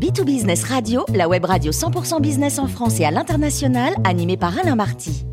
B2Business Radio, la web radio 100% business en France et à l'international, animée par Alain Marty.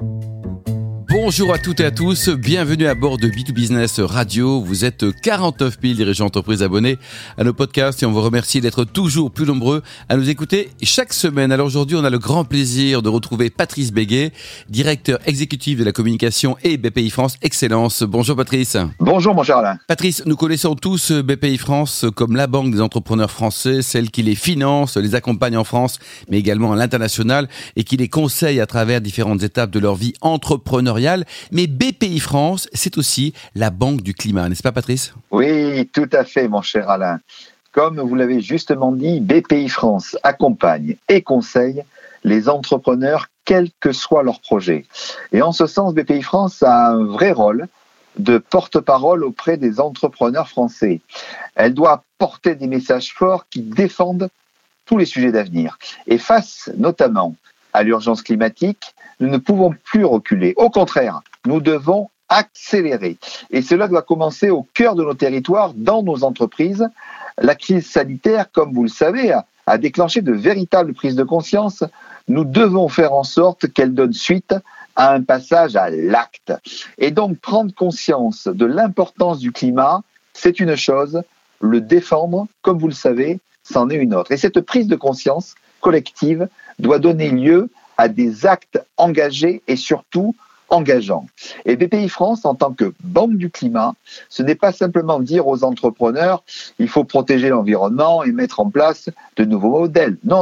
Bonjour à toutes et à tous, bienvenue à bord de B2Business Radio. Vous êtes 49 000 dirigeants d'entreprise abonnés à nos podcasts et on vous remercie d'être toujours plus nombreux à nous écouter chaque semaine. Alors aujourd'hui, on a le grand plaisir de retrouver Patrice Béguet, directeur exécutif de la communication et BPI France Excellence. Bonjour Patrice. Bonjour mon cher Alain. Patrice, nous connaissons tous BPI France comme la banque des entrepreneurs français, celle qui les finance, les accompagne en France, mais également à l'international et qui les conseille à travers différentes étapes de leur vie entrepreneuriale. Mais BPI France, c'est aussi la banque du climat, n'est-ce pas Patrice ? Oui, tout à fait mon cher Alain. Comme vous l'avez justement dit, BPI France accompagne et conseille les entrepreneurs quel que soit leur projet. Et en ce sens, BPI France a un vrai rôle de porte-parole auprès des entrepreneurs français. Elle doit porter des messages forts qui défendent tous les sujets d'avenir. Et face notamment à l'urgence climatique, nous ne pouvons plus reculer. Au contraire, nous devons accélérer. Et cela doit commencer au cœur de nos territoires, dans nos entreprises. La crise sanitaire, comme vous le savez, a déclenché de véritables prises de conscience. Nous devons faire en sorte qu'elle donne suite à un passage à l'acte. Et donc, prendre conscience de l'importance du climat, c'est une chose. Le défendre, comme vous le savez, c'en est une autre. Et cette prise de conscience collective doit donner lieu à des actes engagés et surtout engageants. Et BPI France, en tant que banque du climat, ce n'est pas simplement dire aux entrepreneurs il faut protéger l'environnement et mettre en place de nouveaux modèles. Non.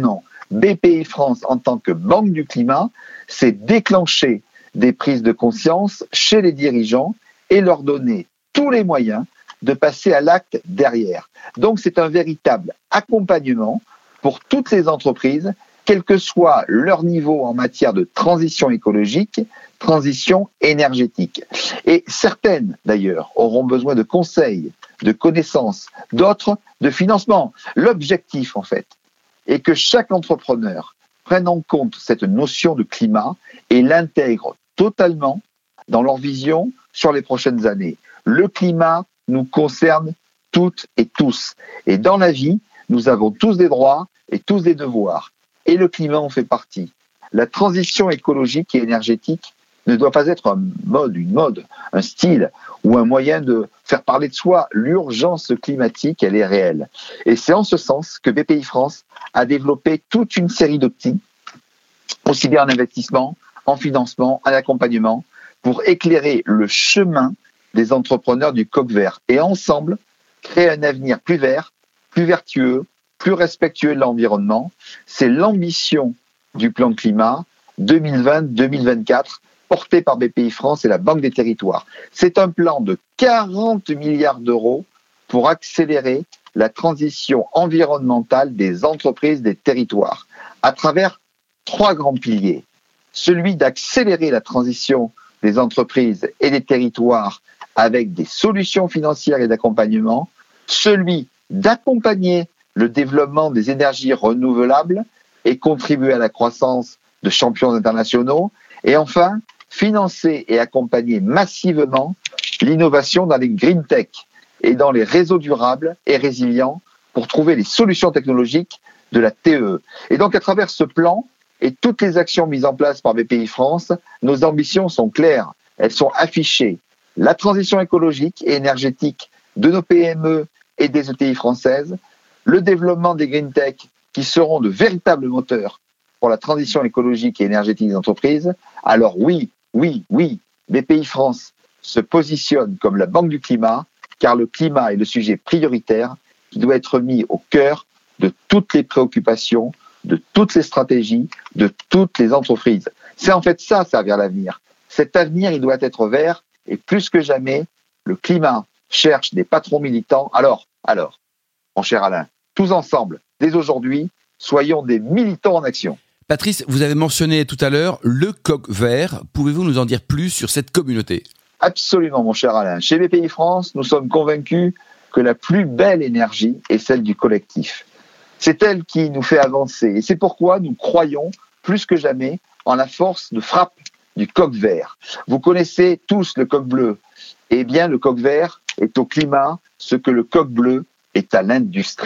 BPI France, en tant que banque du climat, c'est déclencher des prises de conscience chez les dirigeants et leur donner tous les moyens de passer à l'acte derrière. Donc c'est un véritable accompagnement pour toutes les entreprises, quel que soit leur niveau en matière de transition écologique, transition énergétique. Et certaines, d'ailleurs, auront besoin de conseils, de connaissances, d'autres de financement. L'objectif, en fait, est que chaque entrepreneur prenne en compte cette notion de climat et l'intègre totalement dans leur vision sur les prochaines années. Le climat nous concerne toutes et tous. Et dans la vie, nous avons tous des droits et tous des devoirs. Et le climat en fait partie. La transition écologique et énergétique ne doit pas être une mode, un style ou un moyen de faire parler de soi. L'urgence climatique, elle est réelle. Et c'est en ce sens que BPI France a développé toute une série d'outils, aussi bien en investissement, en financement, en accompagnement, pour éclairer le chemin des entrepreneurs du coq vert. Et ensemble, créer un avenir plus vert, plus vertueux, plus respectueux de l'environnement. C'est l'ambition du plan climat 2020-2024 porté par BPI France et la Banque des Territoires. C'est un plan de 40 milliards d'euros pour accélérer la transition environnementale des entreprises des territoires à travers 3 grands piliers. Celui d'accélérer la transition des entreprises et des territoires avec des solutions financières et d'accompagnement, celui d'accompagner le développement des énergies renouvelables et contribuer à la croissance de champions internationaux. Et enfin, financer et accompagner massivement l'innovation dans les green tech et dans les réseaux durables et résilients pour trouver les solutions technologiques de la TE. Et donc, à travers ce plan et toutes les actions mises en place par BPI France, nos ambitions sont claires. Elles sont affichées. La transition écologique et énergétique de nos PME et des ETI françaises, le développement des green tech qui seront de véritables moteurs pour la transition écologique et énergétique des entreprises. Alors oui, BPI France se positionne comme la banque du climat, car le climat est le sujet prioritaire qui doit être mis au cœur de toutes les préoccupations, de toutes les stratégies, de toutes les entreprises. C'est en fait ça vers l'avenir. Cet avenir, il doit être vert et plus que jamais, le climat cherche des patrons militants. Alors, mon cher Alain, tous ensemble, dès aujourd'hui, soyons des militants en action. Patrice, vous avez mentionné tout à l'heure le coq vert. Pouvez-vous nous en dire plus sur cette communauté ? Absolument, mon cher Alain. Chez BPI France, nous sommes convaincus que la plus belle énergie est celle du collectif. C'est elle qui nous fait avancer. Et c'est pourquoi nous croyons plus que jamais en la force de frappe du coq vert. Vous connaissez tous le coq bleu. Eh bien, le coq vert est au climat ce que le coq bleu est à l'industrie.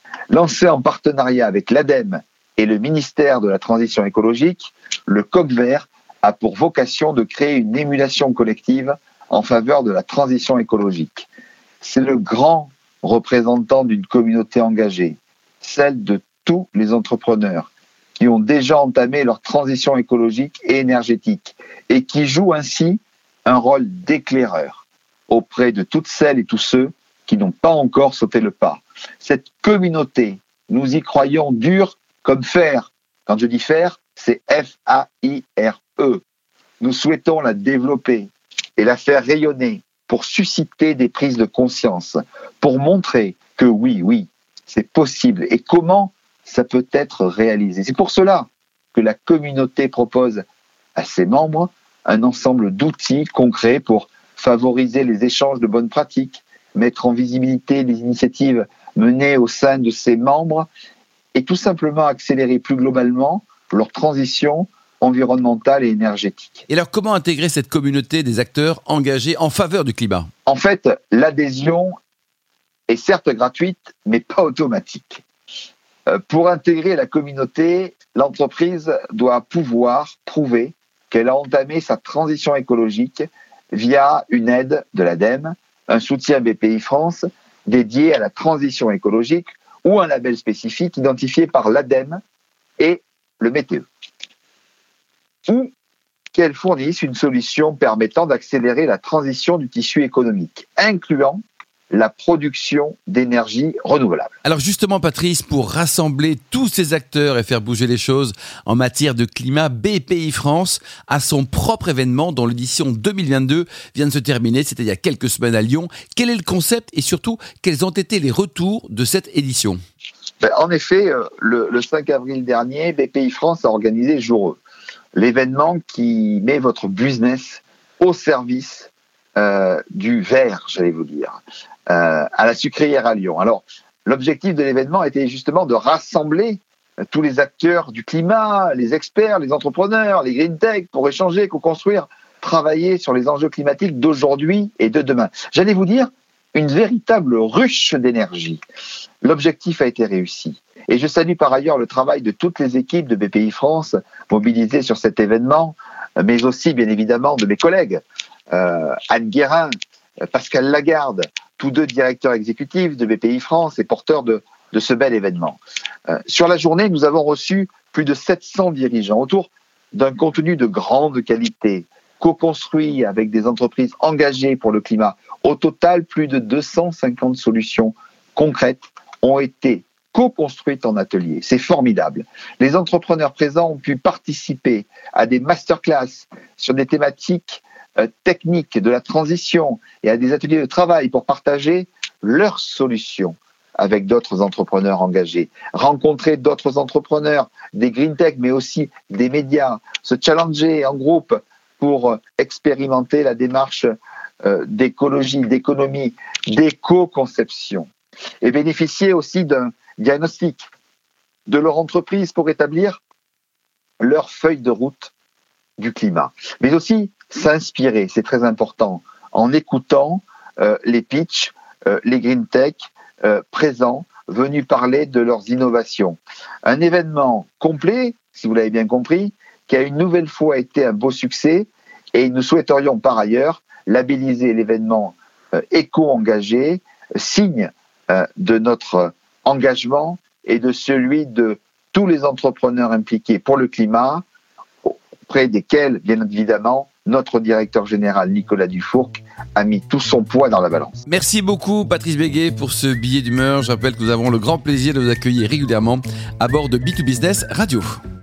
Lancé en partenariat avec l'ADEME et le ministère de la Transition écologique, le Coq Vert a pour vocation de créer une émulation collective en faveur de la transition écologique. C'est le grand représentant d'une communauté engagée, celle de tous les entrepreneurs qui ont déjà entamé leur transition écologique et énergétique et qui jouent ainsi un rôle d'éclaireur auprès de toutes celles et tous ceux qui n'ont pas encore sauté le pas. Cette communauté, nous y croyons dur comme fer. Quand je dis fer, c'est F-A-I-R-E. Nous souhaitons la développer et la faire rayonner pour susciter des prises de conscience, pour montrer que oui, c'est possible et comment ça peut être réalisé. C'est pour cela que la communauté propose à ses membres un ensemble d'outils concrets pour favoriser les échanges de bonnes pratiques, mettre en visibilité les initiatives menées au sein de ses membres et tout simplement accélérer plus globalement leur transition environnementale et énergétique. Et alors, comment intégrer cette communauté des acteurs engagés en faveur du climat ? En fait, l'adhésion est certes gratuite, mais pas automatique. Pour intégrer la communauté, l'entreprise doit pouvoir prouver qu'elle a entamé sa transition écologique via une aide de l'ADEME, un soutien BPI France dédié à la transition écologique ou un label spécifique identifié par l'ADEME et le METE. Ou qu'elle fournisse une solution permettant d'accélérer la transition du tissu économique, incluant la production d'énergie renouvelable. Alors justement, Patrice, pour rassembler tous ces acteurs et faire bouger les choses en matière de climat, BPI France a son propre événement dont l'édition 2022 vient de se terminer, c'était il y a quelques semaines à Lyon. Quel est le concept et surtout, quels ont été les retours de cette édition ? En effet, le 5 avril dernier, BPI France a organisé Jour E, l'événement qui met votre business au service du vert, j'allais vous dire, à la sucrière à Lyon. Alors, l'objectif de l'événement était justement de rassembler tous les acteurs du climat, les experts, les entrepreneurs, les green tech, pour échanger, co-construire, travailler sur les enjeux climatiques d'aujourd'hui et de demain. J'allais vous dire, une véritable ruche d'énergie. L'objectif a été réussi. Et je salue par ailleurs le travail de toutes les équipes de BPI France mobilisées sur cet événement, mais aussi bien évidemment de mes collègues, Anne Guérin, Pascal Lagarde, tous deux directeurs exécutifs de BPI France et porteurs de ce bel événement. Sur la journée, nous avons reçu plus de 700 dirigeants autour d'un contenu de grande qualité, co-construit avec des entreprises engagées pour le climat. Au total, plus de 250 solutions concrètes ont été co-construites en atelier. C'est formidable. Les entrepreneurs présents ont pu participer à des masterclass sur des thématiques techniques de la transition et à des ateliers de travail pour partager leurs solutions avec d'autres entrepreneurs engagés, rencontrer d'autres entrepreneurs, des green tech, mais aussi des médias, se challenger en groupe pour expérimenter la démarche d'écologie, d'économie, d'éco-conception et bénéficier aussi d'un diagnostic de leur entreprise pour établir leur feuille de route du climat. Mais aussi s'inspirer, c'est très important, en écoutant les pitchs, les green tech présents, venus parler de leurs innovations. Un événement complet, si vous l'avez bien compris, qui a une nouvelle fois été un beau succès, et nous souhaiterions par ailleurs labelliser l'événement éco-engagé, signe de notre engagement et de celui de tous les entrepreneurs impliqués pour le climat, auprès desquels, bien évidemment, notre directeur général Nicolas Dufourcq a mis tout son poids dans la balance. Merci beaucoup Patrice Béguet pour ce billet d'humeur. Je rappelle que nous avons le grand plaisir de vous accueillir régulièrement à bord de B2Business Radio.